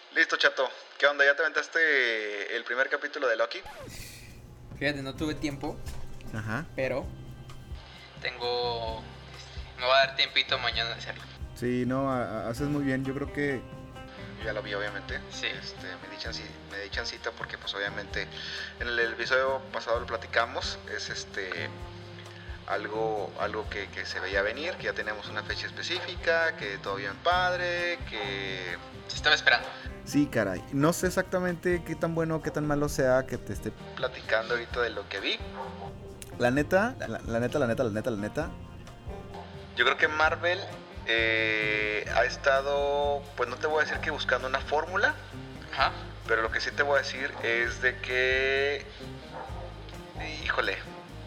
Listo, chato. ¿Qué onda? ¿Ya te aventaste el primer capítulo de Loki? Fíjate, no tuve tiempo, Ajá. pero tengo... Me va a dar tiempito mañana de hacerlo. Sí, no, haces muy bien. Yo creo que Yo ya lo vi, obviamente. Sí. Me di chancita porque, pues, obviamente, en el episodio pasado lo platicamos. Es algo que se veía venir, que ya teníamos una fecha específica, que todo bien padre, que Se estaba esperando. sí, caray. No sé exactamente qué tan bueno o qué tan malo sea que te esté... platicando ahorita de lo que vi. La neta, la neta. Yo creo que Marvel ha estado, pues no te voy a decir que buscando una fórmula, Ajá. pero lo que sí te voy a decir es de que, híjole,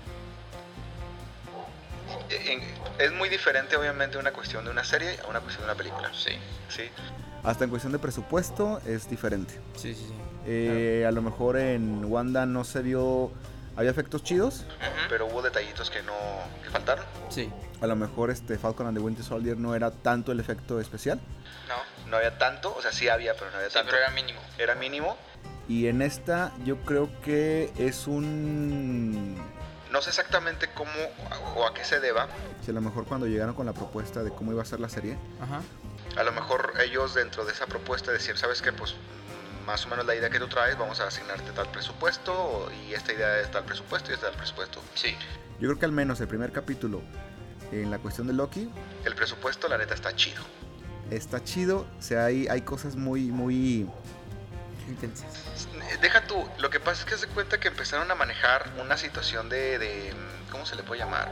es muy diferente obviamente una cuestión de una serie a una cuestión de una película. Sí. Sí. Hasta en cuestión de presupuesto es diferente. Sí. A lo mejor en Wanda no se vio... Había efectos chidos. Pero hubo detallitos que faltaron. Sí. A lo mejor Falcon and the Winter Soldier no era tanto el efecto especial. No había tanto, o sea, sí había, pero no había tanto. Pero era mínimo. Era mínimo. Y en esta yo creo que es un... No sé exactamente cómo o a qué se deba. Si a lo mejor cuando llegaron con la propuesta de cómo iba a ser la serie, Ajá. A lo mejor ellos dentro de esa propuesta decían, ¿sabes qué? Pues más o menos la idea que tú traes, vamos a asignarte tal presupuesto y esta idea es tal presupuesto y esta tal presupuesto. Sí. yo creo que al menos el primer capítulo en la cuestión de Loki El presupuesto, la neta, está chido. está chido. O sea, hay cosas muy... Intensas. Deja tú, lo que pasa es que se cuenta que empezaron a manejar una situación de ¿cómo se le puede llamar?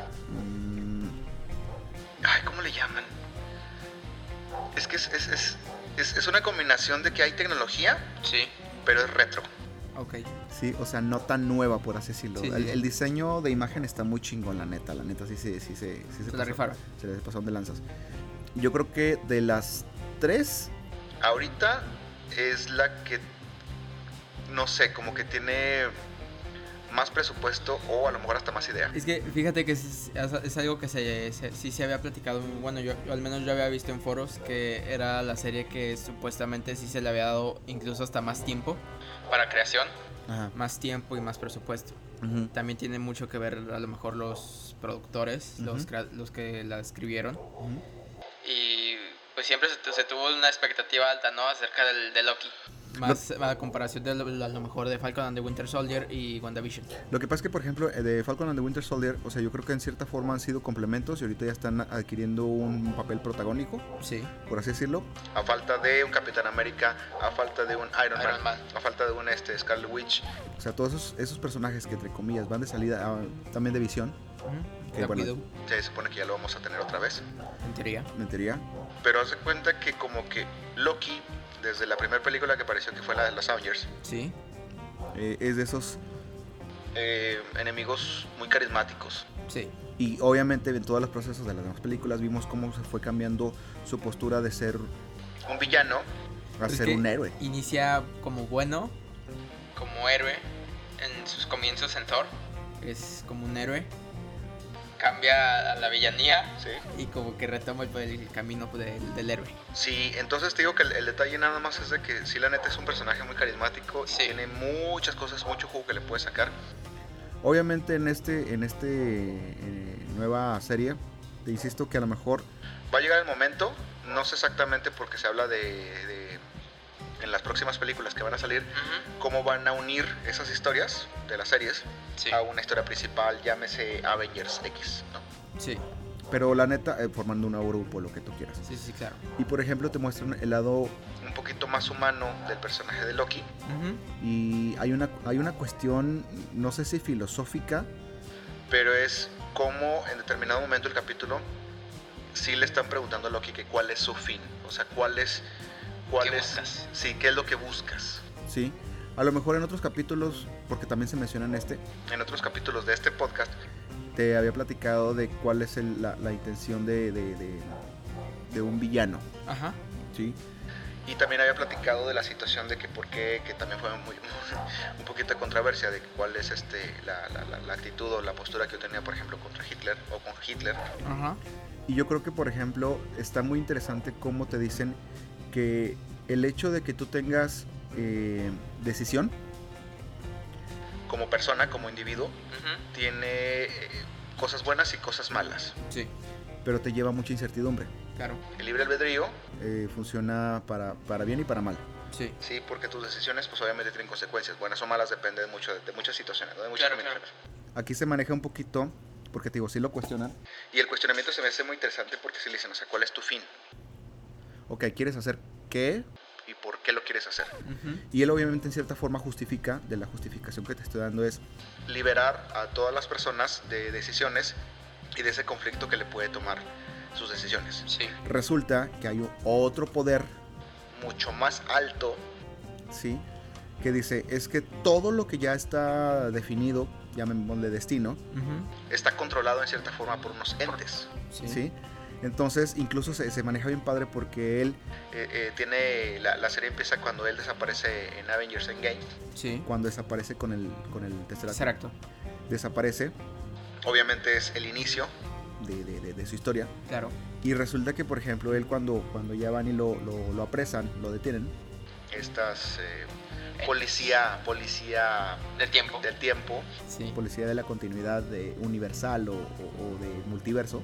Ay, ¿cómo le llaman? Es que es una combinación de que hay tecnología, Sí. pero es retro. Ok. Sí, o sea, no tan nueva, por así decirlo. Sí. El diseño de imagen está muy chingón, la neta sí se la rifaron. Se les pasaron de lanzas. Yo creo que de las tres, Ahorita es la que, no sé, como que tiene más presupuesto o a lo mejor hasta más idea. Es que fíjate que es algo que sí se había platicado. Bueno, yo al menos yo había visto en foros que era la serie que supuestamente sí se le había dado incluso hasta más tiempo para creación. ajá, Más tiempo y más presupuesto. ujú, También tiene mucho que ver a lo mejor los productores, Ujú. los que la escribieron. ujú. Y pues siempre se tuvo una expectativa alta, ¿no? Acerca de Loki. Más a comparación de a lo mejor de Falcon and the Winter Soldier y WandaVision. Lo que pasa es que, por ejemplo, de Falcon and the Winter Soldier, o sea, yo creo que en cierta forma han sido complementos y ahorita ya están adquiriendo un papel protagónico, Sí. por así decirlo. A falta de un Capitán América, a falta de un Iron Iron Man, Man. a falta de un Scarlet Witch. O sea, todos esos personajes que, entre comillas, van de salida, también de visión, que Black bueno, Widow, Se supone que ya lo vamos a tener otra vez. en teoría. mentiría. Pero haz de cuenta que como que Loki, desde la primera película que apareció, que fue la de los Avengers, Sí. Es de esos... enemigos muy carismáticos. Sí. Y obviamente en todos los procesos de las demás películas vimos cómo se fue cambiando su postura de ser Un villano, a Es ser que un héroe. Inicia como bueno, como héroe en sus comienzos en Thor. Es como un héroe. Cambia a la villanía ¿sí? y como que retoma el camino del héroe. Sí, entonces te digo que el detalle nada más es de que sí, la neta es un personaje muy carismático y Sí. tiene muchas cosas, mucho jugo que le puede sacar. Obviamente en nueva serie, te insisto que a lo mejor Va a llegar el momento, no sé exactamente porque se habla en las próximas películas que van a salir, cómo van a unir esas historias de las series Sí. a una historia principal, llámese Avengers X, ¿no? Sí. pero la neta, formando un nuevo grupo, lo que tú quieras. Sí, claro. Y por ejemplo te muestran el lado, Un poquito más humano del personaje de Loki, y hay una cuestión, no sé si filosófica, pero es como en determinado momento del capítulo sí le están preguntando a Loki que cuál es su fin, o sea, ¿Qué buscas? Sí, qué es lo que buscas. ¿sí? A lo mejor en otros capítulos, porque también se menciona en En otros capítulos de este podcast te había platicado de cuál es la intención de un villano, Ajá. ¿sí? y también había platicado de la situación de que por qué, que también fue un poquito de controversia de cuál es la actitud o la postura que yo tenía, por ejemplo, contra Hitler o con Hitler. Ajá. Y yo creo que, por ejemplo, está muy interesante cómo te dicen que el hecho de que tú tengas decisión como persona, como individuo, tiene cosas buenas y cosas malas. Sí, pero te lleva mucha incertidumbre. claro. El libre albedrío, Funciona para bien y para mal. Sí, sí, porque tus decisiones pues obviamente tienen consecuencias, buenas o malas, depende de muchas situaciones, ¿no? De muchas combinaciones. Aquí se maneja un poquito, porque te digo, sí lo cuestionan. Y el cuestionamiento se me hace muy interesante porque si le dicen, o sea, ¿cuál es tu fin? Ok, ¿quieres hacer qué? ¿Y por qué lo quieres hacer? Y él obviamente en cierta forma justifica, de la justificación que te estoy dando es, Liberar a todas las personas de decisiones y de ese conflicto que le puede tomar sus decisiones. sí, resulta que hay otro poder, Mucho más alto, ¿sí? Que dice, es que todo lo que ya está definido, llamémosle destino, está controlado en cierta forma por unos entes. ¿sí? Entonces, incluso se maneja bien padre porque él, Tiene la serie empieza cuando él desaparece en Avengers Endgame. sí. cuando desaparece con el Tesseract, Exacto, desaparece Obviamente es el inicio. de su historia. claro. Y resulta que, por ejemplo, él cuando ya van y lo apresan, lo detienen, Estas policía Del tiempo. del tiempo. Sí. policía de la continuidad de universal o de multiverso,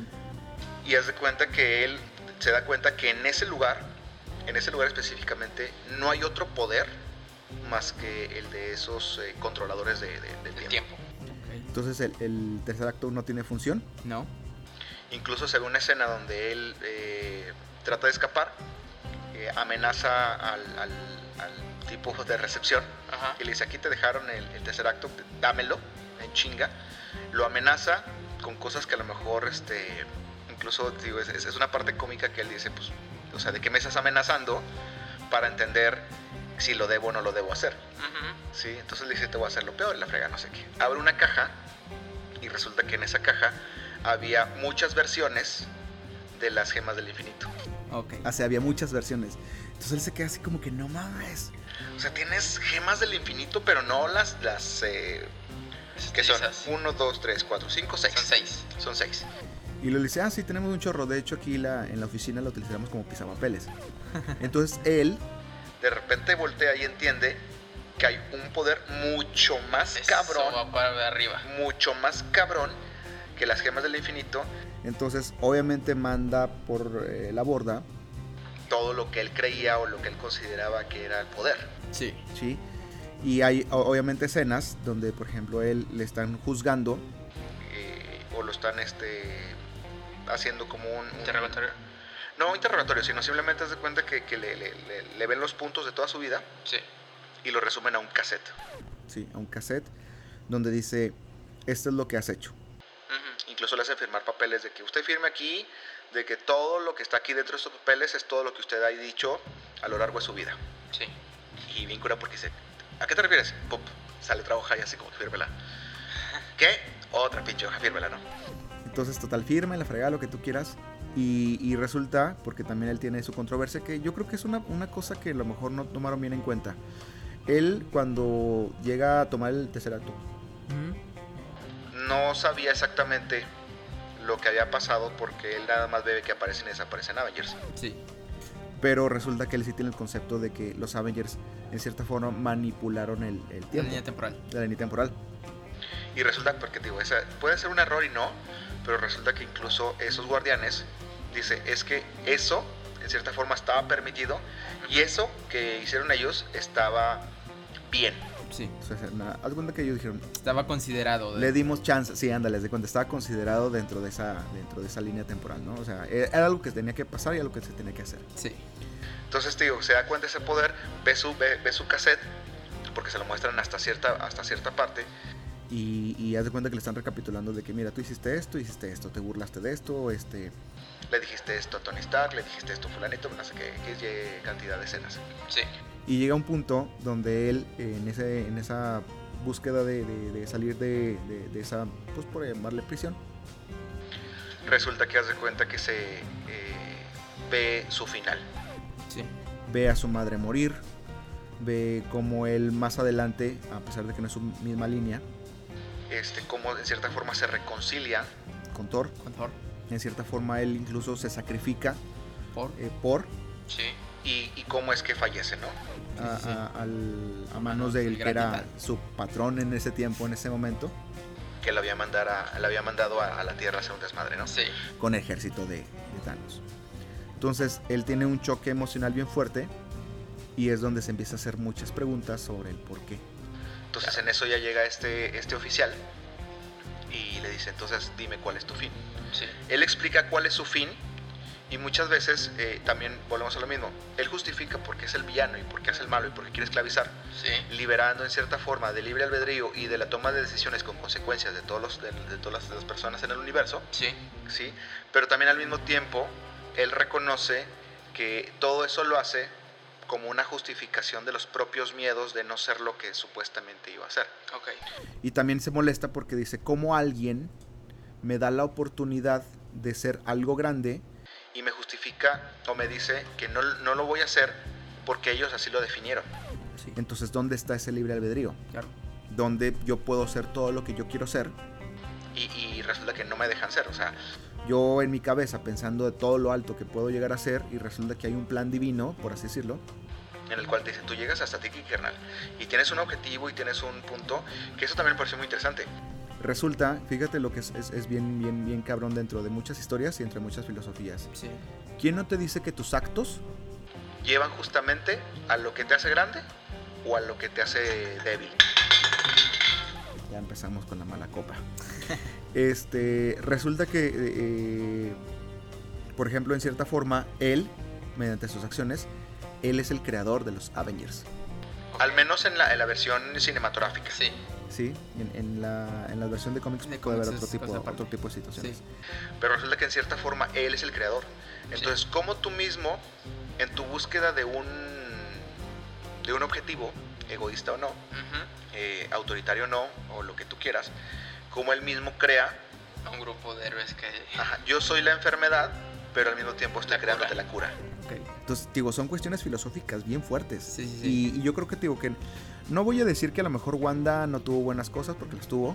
Y haz de cuenta que él se da cuenta que en ese lugar específicamente, no hay otro poder más que el de esos controladores del tiempo. entonces el tercer acto no tiene función. No. Incluso se ve una escena donde él trata de escapar, amenaza al tipo de recepción y le dice, aquí te dejaron el tercer acto, dámelo en chinga. Lo amenaza con cosas que a lo mejor incluso digo, es una parte cómica que él dice, pues, o sea, ¿de qué me estás amenazando? Para entender si lo debo o no lo debo hacer. ¿Sí? Entonces le dice, te voy a hacer lo peor, la frega, no sé qué. Abre una caja y resulta que en esa caja había muchas versiones de las gemas del infinito. Ok. O sea, había muchas versiones. Entonces él se queda así como que no mames. O sea, tienes gemas del infinito, pero no las que son Esas. 1, 2, 3, 4, 5, 6. Son 6. Son 6. Y le dice, sí, tenemos un chorro. De hecho, aquí en la oficina lo utilizamos como pisapapeles. Entonces él, De repente voltea y entiende que hay un poder mucho más cabrón. Va para arriba. Mucho más cabrón que las gemas del infinito. entonces obviamente manda por la borda, Todo lo que él creía o lo que él consideraba que era el poder. Sí. ¿sí? Y hay obviamente escenas donde, por ejemplo, él le están juzgando. O lo están haciendo como un Interrogatorio. No interrogatorio, sino simplemente se cuenta que le ven los puntos de toda su vida Sí. y lo resumen a un cassette. Sí, a un cassette donde dice, esto es lo que has hecho. Incluso le hacen firmar papeles de que usted firme aquí, de que todo lo que está aquí dentro de estos papeles es todo lo que usted ha dicho a lo largo de su vida. Sí. Y bien cura porque dice, ¿a qué te refieres? Pop, sale otra hoja y así como, fírmela. ¿Qué? Otra pinche hoja, fírmela, ¿no? Entonces, total, firma, la fregada, lo que tú quieras. Y resulta, porque también él tiene su controversia, que yo creo que es una cosa que a lo mejor no tomaron bien en cuenta. Él, cuando llega a tomar el tercer acto, No sabía exactamente lo que había pasado porque él nada más ve que aparecen y desaparecen Avengers. Sí. pero resulta que él sí tiene el concepto de que los Avengers, en cierta forma, manipularon el La tiempo. línea temporal. La línea temporal. Y resulta, porque digo, puede ser un error y no, pero resulta que incluso esos guardianes, dice, es que eso, en cierta forma, estaba permitido y eso que hicieron ellos estaba bien. Sí. O sea, haz cuenta que ellos dijeron, Estaba considerado. le dimos chance. Sí, ándale, haz de cuenta, estaba considerado dentro de esa línea temporal, ¿no? O sea, era algo que tenía que pasar y algo que se tenía que hacer. Sí. Entonces, te digo, se da cuenta de ese poder, ve su cassette, porque se lo muestran hasta cierta parte. Y haz de cuenta que le están recapitulando de que, mira, tú hiciste esto, te burlaste de esto, Le dijiste esto a Tony Stark, le dijiste esto a fulanito, no sé qué cantidad de escenas. Sí. Y llega un punto donde él, en esa búsqueda de salir de esa, pues por llamarle prisión, Resulta que hace cuenta que se ve su final. Sí. ve a su madre morir, ve cómo él más adelante, a pesar de que no es su misma línea, Cómo en cierta forma se reconcilia. con Thor, Con Thor. en cierta forma él incluso se sacrifica Por. por Sí. y cómo es que fallece, ¿no? A manos del que era su patrón en ese tiempo, en ese momento. Que le había mandado a la Tierra a hacer un desmadre, ¿no? Sí. Con el ejército de Thanos. Entonces, él tiene un choque emocional bien fuerte y es donde se empieza a hacer muchas preguntas sobre el por qué. Entonces, en eso ya llega este oficial y le dice, entonces, dime cuál es tu fin. Sí. Él explica cuál es su fin y muchas veces también volvemos a lo mismo. Él justifica por qué es el villano y por qué es el malo y por qué quiere esclavizar, sí, liberando en cierta forma de libre albedrío y de la toma de decisiones con consecuencias de todas las personas en el universo. Sí. ¿Sí? Pero también al mismo tiempo, él reconoce que todo eso lo hace como una justificación de los propios miedos de no ser lo que supuestamente iba a ser. Okay. Y también se molesta porque dice, ¿cómo alguien me da la oportunidad de ser algo grande y me justifica o me dice que no lo voy a hacer porque ellos así lo definieron? Sí. Entonces, ¿dónde está ese libre albedrío? Claro. Donde yo puedo ser todo lo que yo quiero ser. Y resulta que no me dejan ser, o sea... Yo en mi cabeza pensando de todo lo alto que puedo llegar a ser y resulta que hay un plan divino, por así decirlo. En el cual te dice, tú llegas hasta ti, carnal. Y tienes un objetivo y tienes un punto, que eso también me pareció muy interesante. Resulta, fíjate lo que es bien cabrón dentro de muchas historias y entre muchas filosofías. Sí. ¿Quién no te dice que tus actos llevan justamente a lo que te hace grande o a lo que te hace débil? Ya empezamos con la mala copa. Resulta que, por ejemplo, en cierta forma, él, mediante sus acciones, él es el creador de los Avengers. Al menos en la versión cinematográfica. Sí. Sí, en la versión de cómics puede haber otro tipo de situaciones. Sí. Pero resulta que en cierta forma él es el creador. Entonces, ¿cómo tú mismo, en tu búsqueda de un objetivo, egoísta o no, autoritario o no, o lo que tú quieras, cómo él mismo crea a un grupo de héroes que... Ajá, yo soy la enfermedad, pero al mismo tiempo estoy creándote la cura. Okay. Entonces, digo, son cuestiones filosóficas bien fuertes. Sí. Y yo creo que, digo, que no voy a decir que a lo mejor Wanda no tuvo buenas cosas, porque las tuvo.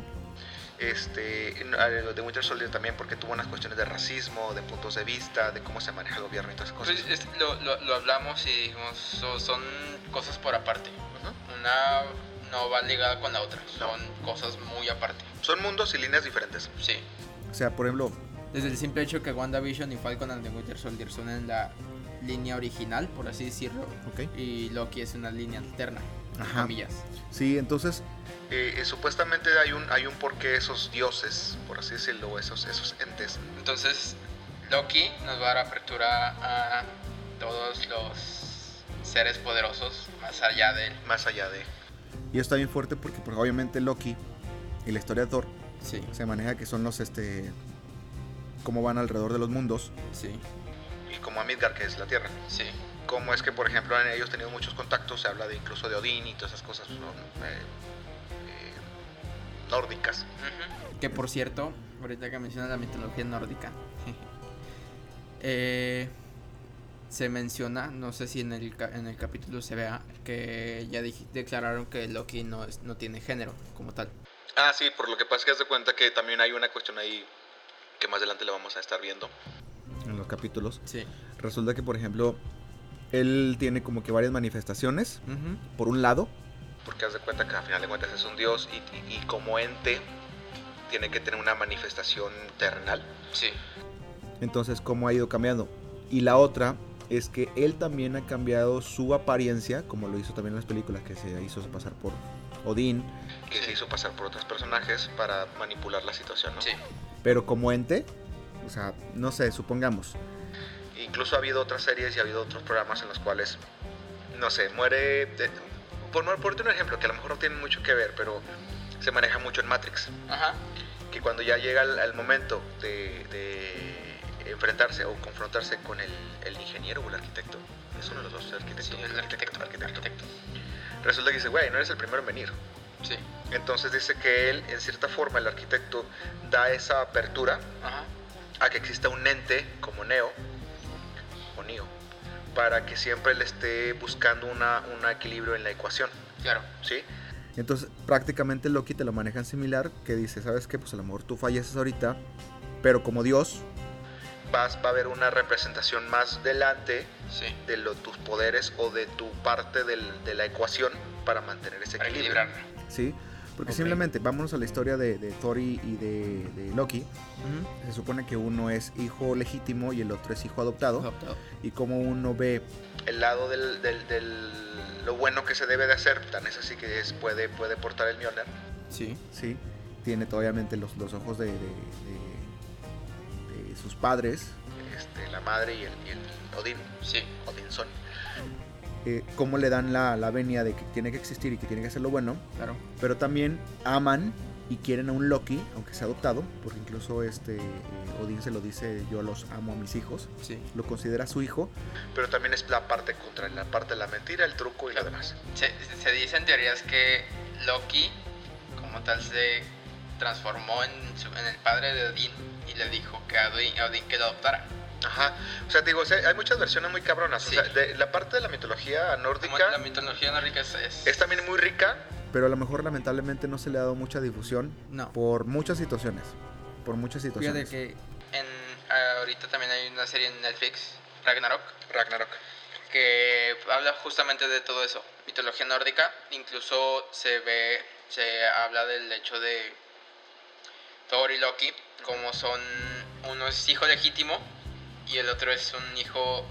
De Winter Soldier también, porque tuvo unas cuestiones de racismo, de puntos de vista, de cómo se maneja el gobierno y todas esas cosas. Pues lo hablamos y dijimos, son cosas por aparte. Una no va ligada con la otra, son cosas muy aparte. Son mundos y líneas diferentes. Sí. O sea, por ejemplo, desde el simple hecho que WandaVision y Falcon and the Winter Soldier son en la línea original, por así decirlo, okay, y Loki es una línea alterna, ajá, comillas. Sí, entonces supuestamente hay un porqué esos dioses, por así decirlo, esos entes. Entonces Loki nos va a dar apertura a todos los seres poderosos más allá de él. Y está bien fuerte porque obviamente Loki y la historia de Thor, sí, se maneja que son los cómo van alrededor de los mundos. Sí. Y como a Midgard, que es la Tierra. Sí. Como es que, por ejemplo, en ellos tenido muchos contactos, se habla incluso de Odín y todas esas cosas nórdicas. Que por cierto, ahorita que mencionas la mitología nórdica, se menciona, no sé si en el capítulo se vea, que ya declararon que Loki no tiene género como tal. Ah, sí, por lo que pasa es que haz de cuenta que también hay una cuestión ahí que más adelante la vamos a estar viendo. En los capítulos. Sí. Resulta que, por ejemplo, él tiene como que varias manifestaciones. Por un lado, porque haz de cuenta que al final de cuentas es un dios y como ente tiene que tener una manifestación terrenal. Sí. Entonces, ¿cómo ha ido cambiando? Y la otra es que él también ha cambiado su apariencia, como lo hizo también en las películas, que se hizo pasar por Odín, que se hizo pasar por otros personajes para manipular la situación, ¿no? Sí. Pero como ente, o sea, no sé, supongamos. Incluso ha habido otras series y ha habido otros programas en los cuales, no sé, muere... Por un ejemplo, que a lo mejor no tiene mucho que ver, pero se maneja mucho en Matrix. Ajá. Que cuando ya llega el momento de enfrentarse o confrontarse con el ingeniero o el arquitecto, es uno de los dos, arquitecto. Sí, el arquitecto. Resulta que dice, güey, no eres el primero en venir. Sí. Entonces dice que él, en cierta forma, el arquitecto da esa apertura, ajá, a que exista un ente como Neo o Neo, para que siempre le esté buscando un equilibrio en la ecuación. Claro. ¿Sí? Entonces, prácticamente Loki te lo manejan similar, que dice, ¿sabes qué? Pues a lo mejor tú falleces ahorita, pero como Dios, va a haber una representación más delante de tus poderes o de tu parte de la ecuación para mantener ese equilibrio. Sí, porque simplemente vámonos a la historia de Thor y de Loki. Se supone que uno es hijo legítimo y el otro es hijo adoptado. Y como uno ve el lado lo bueno que se debe de hacer, tan es así que puede portar el Mjolnir. Sí, tiene obviamente los ojos de sus padres, la madre y el Odín. Odinson. Cómo le dan la venia de que tiene que existir y que tiene que hacer lo bueno. Claro. Pero también aman y quieren a un Loki, aunque sea adoptado, porque incluso Odín se lo dice: yo los amo a mis hijos. Lo considera su hijo. Pero también es la parte contra, la parte de la mentira, el truco y lo demás. Se dice en teorías que Loki como tal se transformó en el padre de Odín y le dijo que a Odín que lo adoptara. Ajá, o sea, digo, hay muchas versiones muy cabronas. O sea, la parte de la mitología nórdica. La mitología nórdica es también muy rica. Pero a lo mejor lamentablemente no se le ha dado mucha difusión. No. Por muchas situaciones. Fíjate que ahorita también hay una serie en Netflix, Ragnarok. Que habla justamente de todo eso, mitología nórdica. Incluso se habla del hecho de Thor y Loki, como son, uno es hijo legítimo y el otro es un hijo.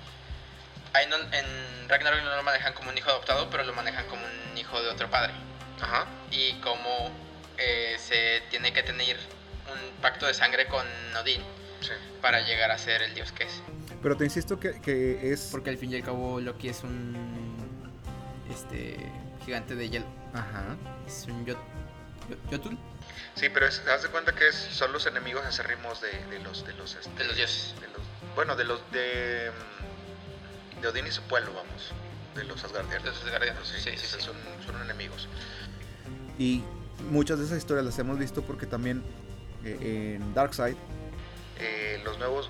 En Ragnarok no lo manejan como un hijo adoptado, pero lo manejan como un hijo de otro padre. Ajá. Y como se tiene que tener un pacto de sangre con Odín para llegar a ser el dios que es. Pero te insisto que es... Porque al fin y al cabo Loki es un gigante de hielo. Ajá. Es un Jotun. Sí, pero haz de cuenta que son los enemigos acérrimos de los dioses. De Odín y su pueblo, vamos. De los Asgardianos. Sí. Son enemigos. Y muchas de esas historias las hemos visto porque también en Darkseid los nuevos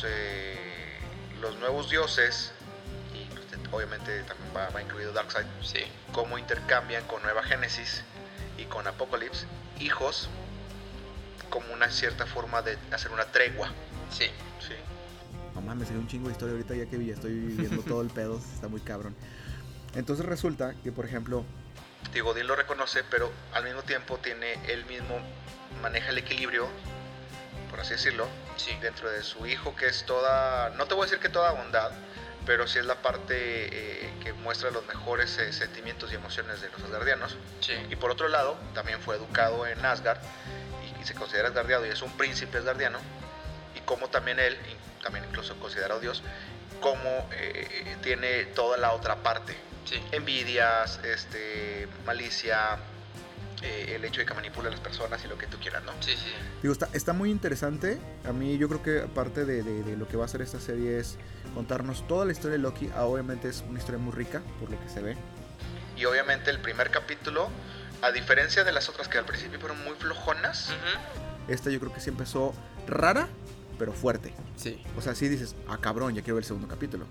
dioses, y obviamente también va incluido Darkseid, cómo intercambian con Nueva Génesis y con Apocalipsis hijos, como una cierta forma de hacer una tregua. Sí. No mames, hay un chingo de historia ahorita ya que estoy viendo todo el pedo, está muy cabrón. Entonces resulta que, por ejemplo, digo, Odín lo reconoce, pero al mismo tiempo él mismo maneja el equilibrio, por así decirlo, dentro de su hijo, que es toda, no te voy a decir que toda bondad, pero sí es la parte que muestra los mejores sentimientos y emociones de los asgardianos. Y por otro lado, también fue educado en Asgard y se considera asgardiano y es un príncipe asgardiano, y como también él, también incluso considerado Dios, como tiene toda la otra parte. Envidias, malicia, el hecho de que manipula a las personas y lo que tú quieras, ¿no? Digo, está muy interesante. A mí yo creo que aparte de lo que va a hacer esta serie es contarnos toda la historia de Loki. Obviamente es una historia muy rica por lo que se ve. Y obviamente el primer capítulo, a diferencia de las otras que al principio fueron muy flojonas, esta yo creo que sí empezó rara, pero fuerte. O sea, sí dices, cabrón, ya quiero ver el segundo capítulo.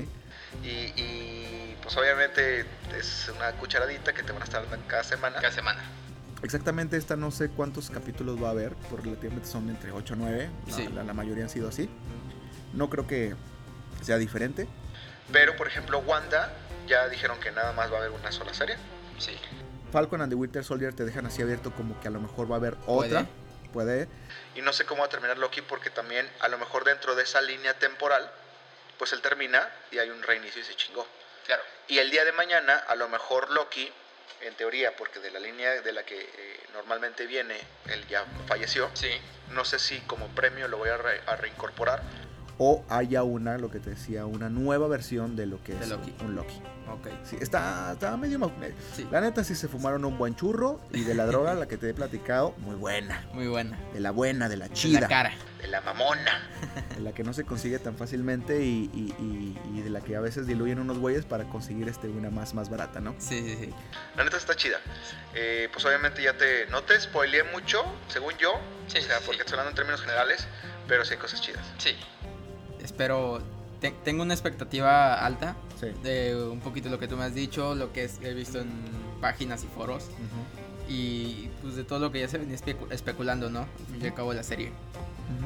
Y pues obviamente es una cucharadita que te van a estar dando cada semana. Exactamente, esta no sé cuántos capítulos va a haber, porque relativamente son entre 8 o 9, la mayoría han sido así. No creo que sea diferente. Pero por ejemplo Wanda, ya dijeron que nada más va a haber una sola serie. Falcon and the Winter Soldier te dejan así abierto como que a lo mejor va a haber otra. Puede. Y no sé cómo va a terminar Loki, porque también a lo mejor dentro de esa línea temporal, pues él termina y hay un reinicio y se chingó. Claro. Y el día de mañana, a lo mejor Loki, en teoría, porque de la línea de la que normalmente viene, él ya falleció. No sé si como premio lo voy a reincorporar. O haya lo que te decía, una nueva versión de lo que es Loki. Un Loki. Sí, está medio... La neta sí se fumaron un buen churro, y de la droga, la que te he platicado, muy buena. De la buena, de la chida. De la cara. De la mamona. De la que no se consigue tan fácilmente y de la que a veces diluyen unos güeyes para conseguir una más barata, ¿no? Sí. La neta está chida. Pues obviamente no te spoileé mucho, según yo. Porque estoy hablando en términos generales, pero sí hay cosas chidas. Espero, tengo una expectativa alta de un poquito lo que tú me has dicho, lo que he visto en páginas y foros, y pues de todo lo que ya se venía especulando, ¿no? Al fin y al cabo de la serie.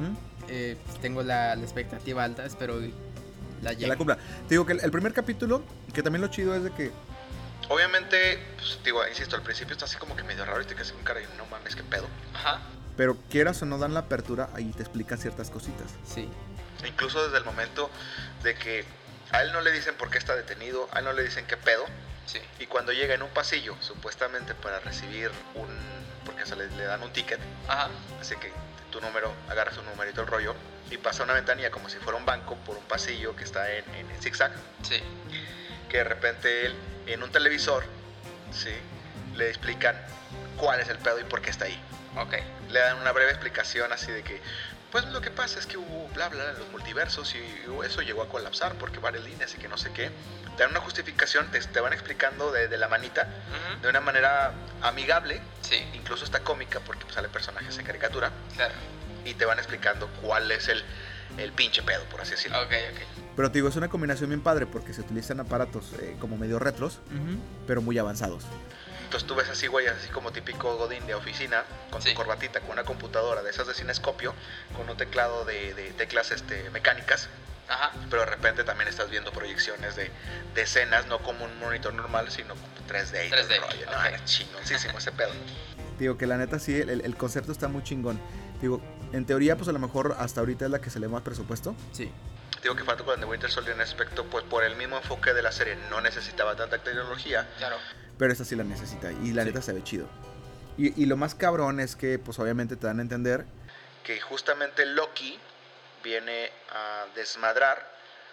tengo la expectativa alta, espero la llegue. Que la cumpla. Te digo que el primer capítulo, que también lo chido es de que... Obviamente, pues, digo, insisto, al principio está así como que medio raro y te quedas con cara y no mames, qué pedo. Ajá. Pero quieras o no dan la apertura, ahí te explican ciertas cositas. Sí. Incluso desde el momento de que a él no le dicen por qué está detenido, a él no le dicen qué pedo. Sí. Y cuando llega en un pasillo, supuestamente para recibir porque se le dan un ticket. Ajá. Así que tu número, agarras un numerito el rollo y pasa una ventanilla como si fuera un banco por un pasillo que está en zigzag. Sí. Que de repente él, en un televisor, ¿sí?, le explican cuál es el pedo y por qué está ahí. Ok. Le dan una breve explicación así de que, pues lo que pasa es que hubo bla bla en los multiversos y eso llegó a colapsar porque varias líneas y que no sé qué. Te dan una justificación, te van explicando de la manita, de una manera amigable, sí, incluso está cómica porque pues, salen personajes en caricatura. Claro. Y te van explicando cuál es el pinche pedo, por así decirlo. Ok. Pero te digo, es una combinación bien padre porque se utilizan aparatos como medio retros, pero muy avanzados. Entonces tú ves así, güey, así como típico godín de oficina, con su corbatita, con una computadora de esas de cinescopio, con un teclado de teclas mecánicas. Ajá. Pero de repente también estás viendo proyecciones de escenas, no como un monitor normal, sino como 3D. 3D. Rollo, no, es chingoncísimo ese pedo. Digo que la neta sí, el concepto está muy chingón. Digo, en teoría, pues a lo mejor hasta ahorita es la que se le da más presupuesto. Sí. Digo que Falcon and the Winter Soldier en ese aspecto, pues por el mismo enfoque de la serie, no necesitaba tanta tecnología. Claro. Pero esta sí la necesita y la neta se ve chido. Y lo más cabrón es que, pues obviamente te dan a entender que justamente Loki viene a desmadrar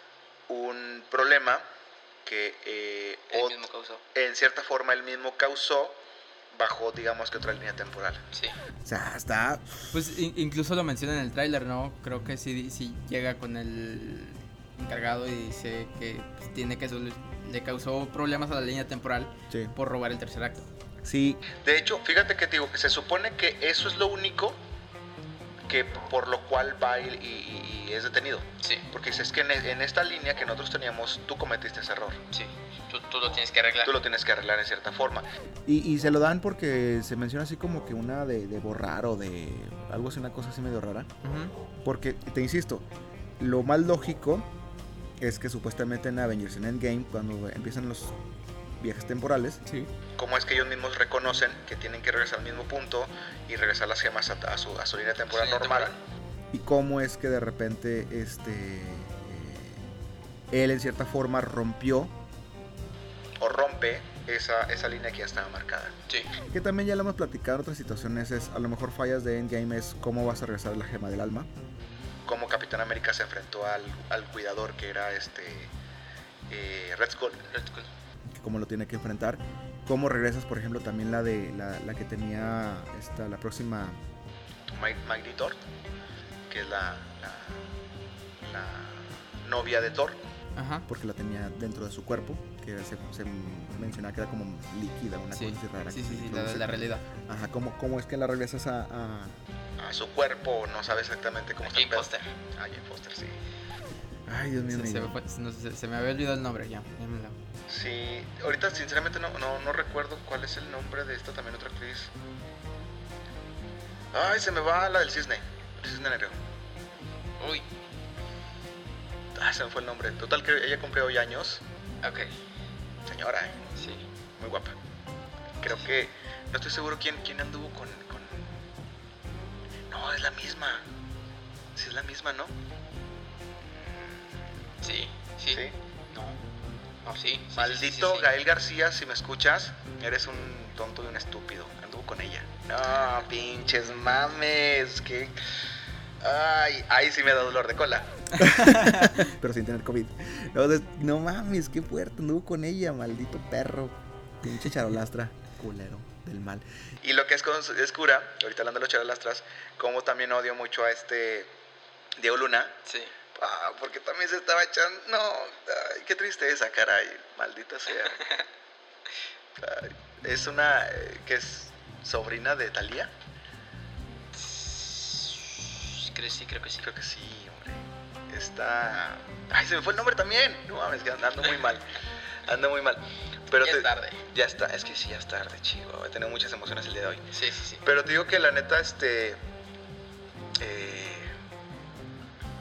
un problema que él mismo causó. En cierta forma él mismo causó bajo, digamos que otra línea temporal. Sí. O sea, está... Pues incluso lo menciona en el tráiler, ¿no? Creo que sí llega con el encargado y dice que pues, tiene que le causó problemas a la línea temporal por robar el tercer acto. Sí. De hecho, fíjate que digo que se supone que eso es lo único que por lo cual va y es detenido. Sí. Porque dices que en esta línea que nosotros teníamos, tú cometiste ese error. Sí. Tú lo tienes que arreglar. Tú lo tienes que arreglar en cierta forma. Y se lo dan porque se menciona así como que una de borrar o de algo así, una cosa así medio rara. Porque, te insisto, lo más lógico es que supuestamente en Avengers, en Endgame, cuando empiezan los viajes temporales, cómo es que ellos mismos reconocen que tienen que regresar al mismo punto y regresar las gemas a su línea temporal normal. Y cómo es que de repente él en cierta forma rompió o rompe esa línea que ya estaba marcada. Sí. Que también ya lo hemos platicado en otras situaciones, es a lo mejor fallas de Endgame es cómo vas a regresar la gema del alma. Cómo Capitán América se enfrentó al cuidador que era Red Skull. Cómo lo tiene que enfrentar. Cómo regresas, por ejemplo, también la que tenía la próxima Maggie Thor, que es la novia de Thor. Ajá. Porque la tenía dentro de su cuerpo, que se mencionaba que era como líquida, una cosa así rara. Sí, la realidad. Ajá, ¿cómo es que la regresas a su cuerpo? No sabe exactamente cómo está. Jane Foster. Jane Foster, sí. Ay, Dios mío. Se me había olvidado el nombre ya. Sí, ahorita sinceramente no recuerdo cuál es el nombre de esta también otra actriz. Ay, se me va la del cisne. El cisne negro. Uy. Se me fue el nombre. Total que ella cumplió hoy años. Ok. Señora, Sí. muy guapa. Creo que... No estoy seguro quién anduvo con... No, es la misma. Sí, es la misma, ¿no? Sí. No, sí. Maldito sí. Gael García, si me escuchas, eres un tonto y un estúpido. Anduvo con ella. No, pinches mames. Que... Ay, ahí sí me da dolor de cola. Pero sin tener COVID. No mames, qué fuerte, anduvo con ella, maldito perro. Pinche charolastra, culero del mal. Y lo que es cura, ahorita hablando de los charolastras, como también odio mucho a Diego Luna. Sí. Porque también se estaba echando... No, ay, qué tristeza, caray. Maldita sea. Ay, es una... que es sobrina de Thalía. Creo que sí. Creo que sí, hombre. Está... Ay, se me fue el nombre también. No mames, que ando muy mal. Pero ya es tarde. Ya está, es que sí, ya es tarde, chico. He tenido muchas emociones el día de hoy. Sí. Pero te digo que la neta,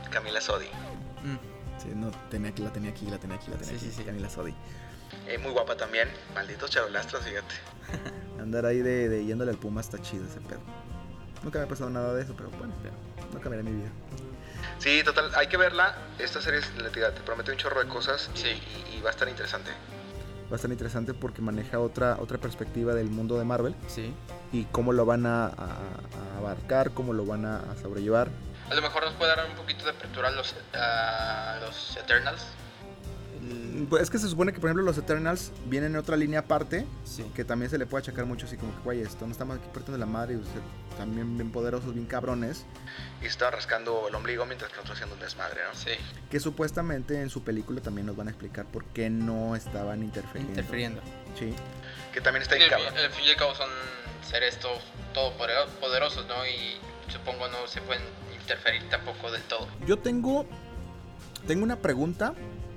Camila Sodi. Sí, no, la tenía aquí. Sí. Camila Sodi. Muy guapa también, malditos charolastros, fíjate. Andar ahí de yéndole al Puma está chido ese pedo. Nunca me ha pasado nada de eso, pero bueno, no cambiará mi vida. Sí, total, hay que verla. Esta serie, te promete un chorro de cosas. Sí. Y va a estar interesante. Va a estar interesante porque maneja otra perspectiva del mundo de Marvel. Sí. Y cómo lo van a abarcar, cómo lo van a sobrellevar. A lo mejor nos puede dar un poquito de apertura a los Eternals. Pues es que se supone que, por ejemplo, los Eternals vienen en otra línea aparte, sí, que también se le puede achacar mucho, así como que, güey, esto no estamos aquí partiendo de la madre, y también bien poderosos, bien cabrones. Y estaban rascando el ombligo mientras que nosotros haciendo un desmadre, ¿no? Sí. Que supuestamente en su película también nos van a explicar por qué no estaban interfiriendo. Sí. Que también está bien cabrón. Al fin y al cabo son seres todopoderosos, ¿no? Y supongo no se pueden interferir tampoco del todo. Yo tengo una pregunta.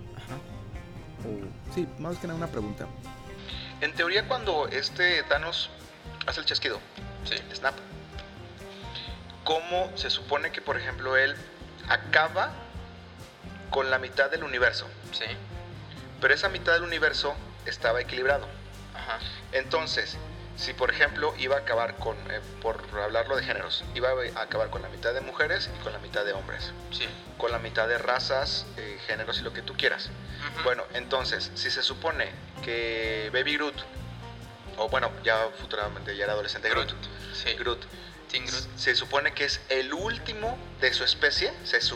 Sí, más que nada una pregunta. En teoría, cuando Thanos hace el chasquido, sí, Snap, ¿cómo se supone que, por ejemplo, él acaba con la mitad del universo? Sí. Pero esa mitad del universo estaba equilibrado. Ajá. Entonces, si por ejemplo iba a acabar con, por hablarlo de géneros, iba a acabar con la mitad de mujeres y con la mitad de hombres. Sí. Con la mitad de razas, géneros y lo que tú quieras. Uh-huh. Bueno, entonces, si se supone que Baby Groot, o bueno, ya futuramente ya era adolescente Groot. Sí. Groot. Groot. Se supone que es el último de su especie,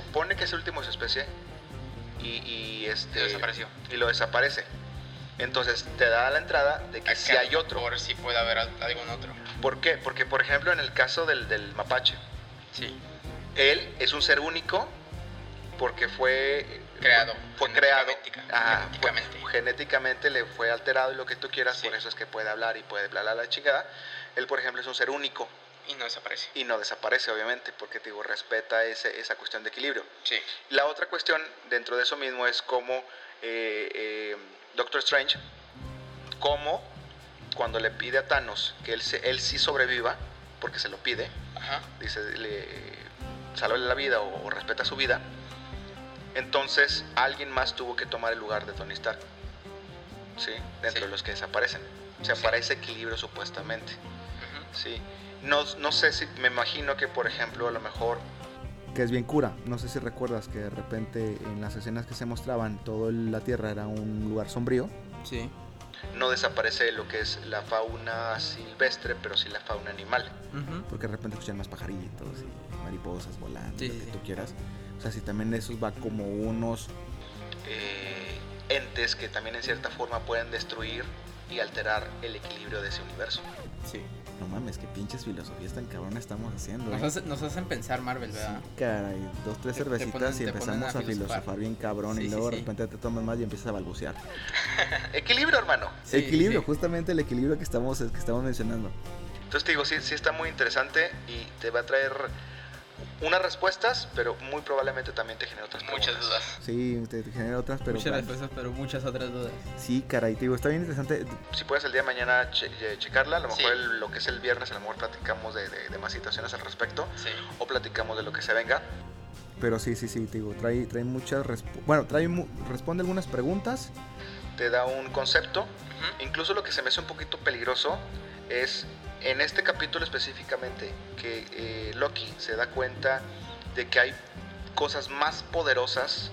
y desapareció. Y lo desaparece. Entonces te da la entrada de que si hay otro. Por si puede haber algún otro. ¿Por qué? Porque, por ejemplo, en el caso del mapache, sí, él es un ser único porque fue creado. Genéticamente le fue alterado y lo que tú quieras, sí. Por eso es que puede hablar y puede hablar la chingada. Él, por ejemplo, es un ser único. Y no desaparece. Obviamente, porque te digo, respeta esa cuestión de equilibrio. Sí. La otra cuestión dentro de eso mismo es cómo Doctor Strange, como cuando le pide a Thanos que él sí sobreviva, porque se lo pide, ajá, dice, sálvale la vida o respeta su vida, entonces alguien más tuvo que tomar el lugar de Tony Stark, ¿sí? Dentro de los que desaparecen. O sea, para ese equilibrio supuestamente. Uh-huh. ¿Sí? No sé si, me imagino que, por ejemplo, a lo mejor... Que es bien cura. No sé si recuerdas que de repente en las escenas que se mostraban, toda la Tierra era un lugar sombrío. Sí. No desaparece lo que es la fauna silvestre, pero sí la fauna animal. Uh-huh. Porque de repente escuchan más pajaritos y mariposas volando, sí, lo que tú quieras. O sea, si también esos va como unos... entes que también en cierta forma pueden destruir y alterar el equilibrio de ese universo. Sí. No mames, qué pinches filosofías tan cabronas estamos haciendo. Nos hacen pensar Marvel, ¿verdad? Sí, caray, 2-3 cervecitas y empezamos a filosofar bien cabrón, y luego de repente te tomas más y empiezas a balbucear. Equilibrio, hermano. Sí, equilibrio, justamente el equilibrio que estamos mencionando. Entonces te digo, sí está muy interesante y te va a traer unas respuestas, pero muy probablemente también te genera otras preguntas. Muchas dudas. Sí, te genera otras, pero... Muchas respuestas, pero muchas otras dudas. Sí, caray, te digo, está bien interesante. Si puedes el día de mañana checarla, a lo mejor lo que es el viernes, a lo mejor platicamos de más situaciones al respecto. Sí. O platicamos de lo que se venga. Pero sí, te digo, trae muchas... responde algunas preguntas. Te da un concepto. Uh-huh. Incluso lo que se me hace un poquito peligroso es... En este capítulo específicamente, que Loki se da cuenta de que hay cosas más poderosas,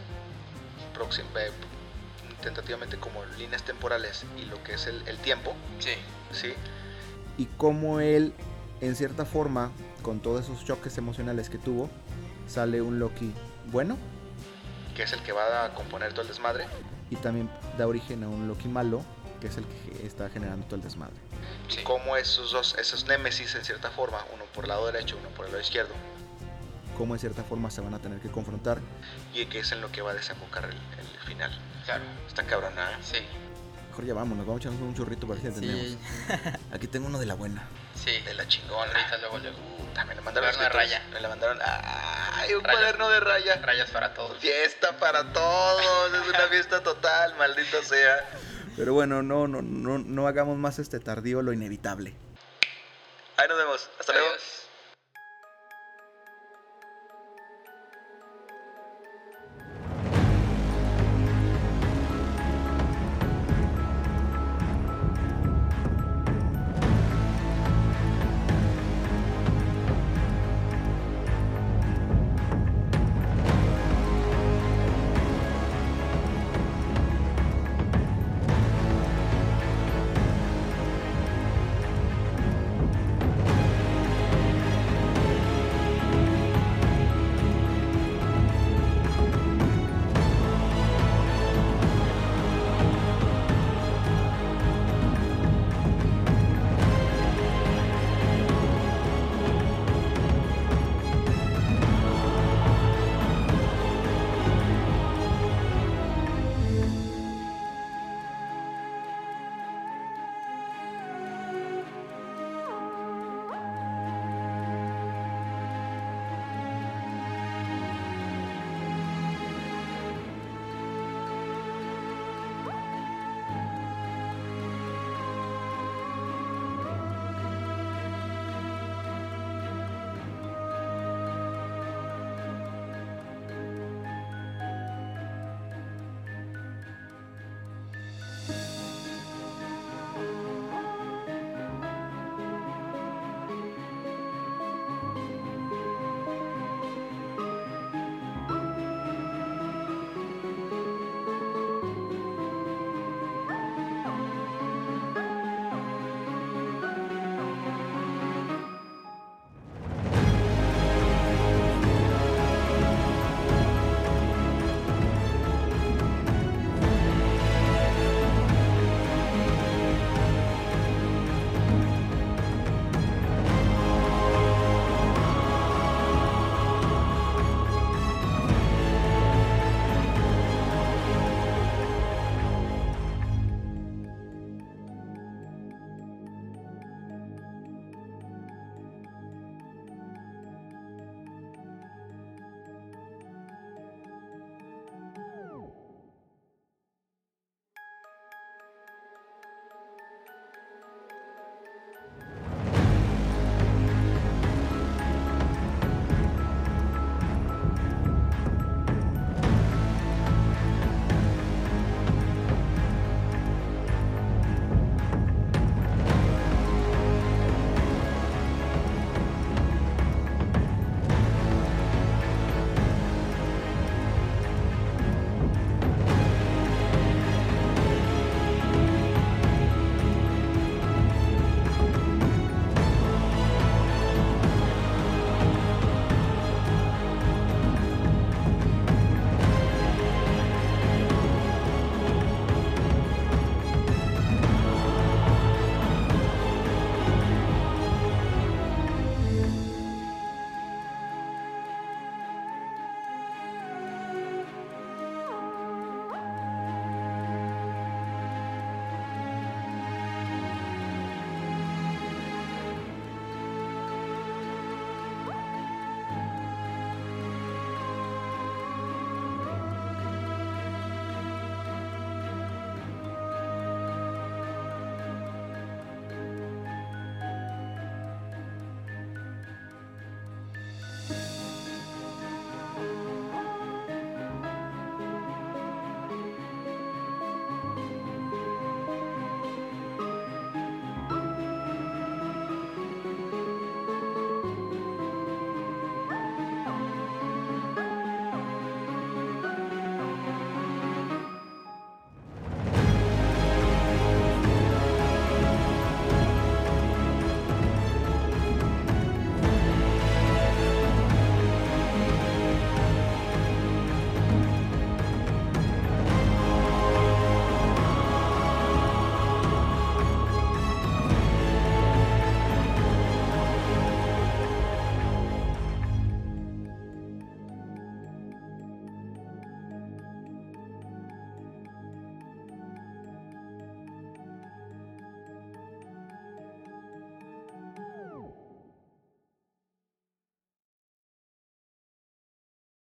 tentativamente como líneas temporales y lo que es el tiempo. Sí. ¿Sí? Y cómo él, en cierta forma, con todos esos choques emocionales que tuvo, sale un Loki bueno. Que es el que va a componer todo el desmadre. Y también da origen a un Loki malo, que es el que está generando todo el desmadre. Sí. Como esos némesis en cierta forma, uno por el lado derecho, uno por el lado izquierdo, cómo en cierta forma se van a tener que confrontar. Y que es en lo que va a desembocar el final. Claro. Está cabrona, ¿eh? Sí. Mejor ya vamos a echarnos un churrito para ver si entendemos. Aquí tengo uno de la buena. Sí. De la chingona. Ahorita luego. También le mandaron de raya. Le mandaron un cuaderno de raya. Rayas para todos. Fiesta para todos. Es una fiesta total, maldito sea. Pero bueno, no hagamos más tardío lo inevitable. Ahí nos vemos. Hasta luego.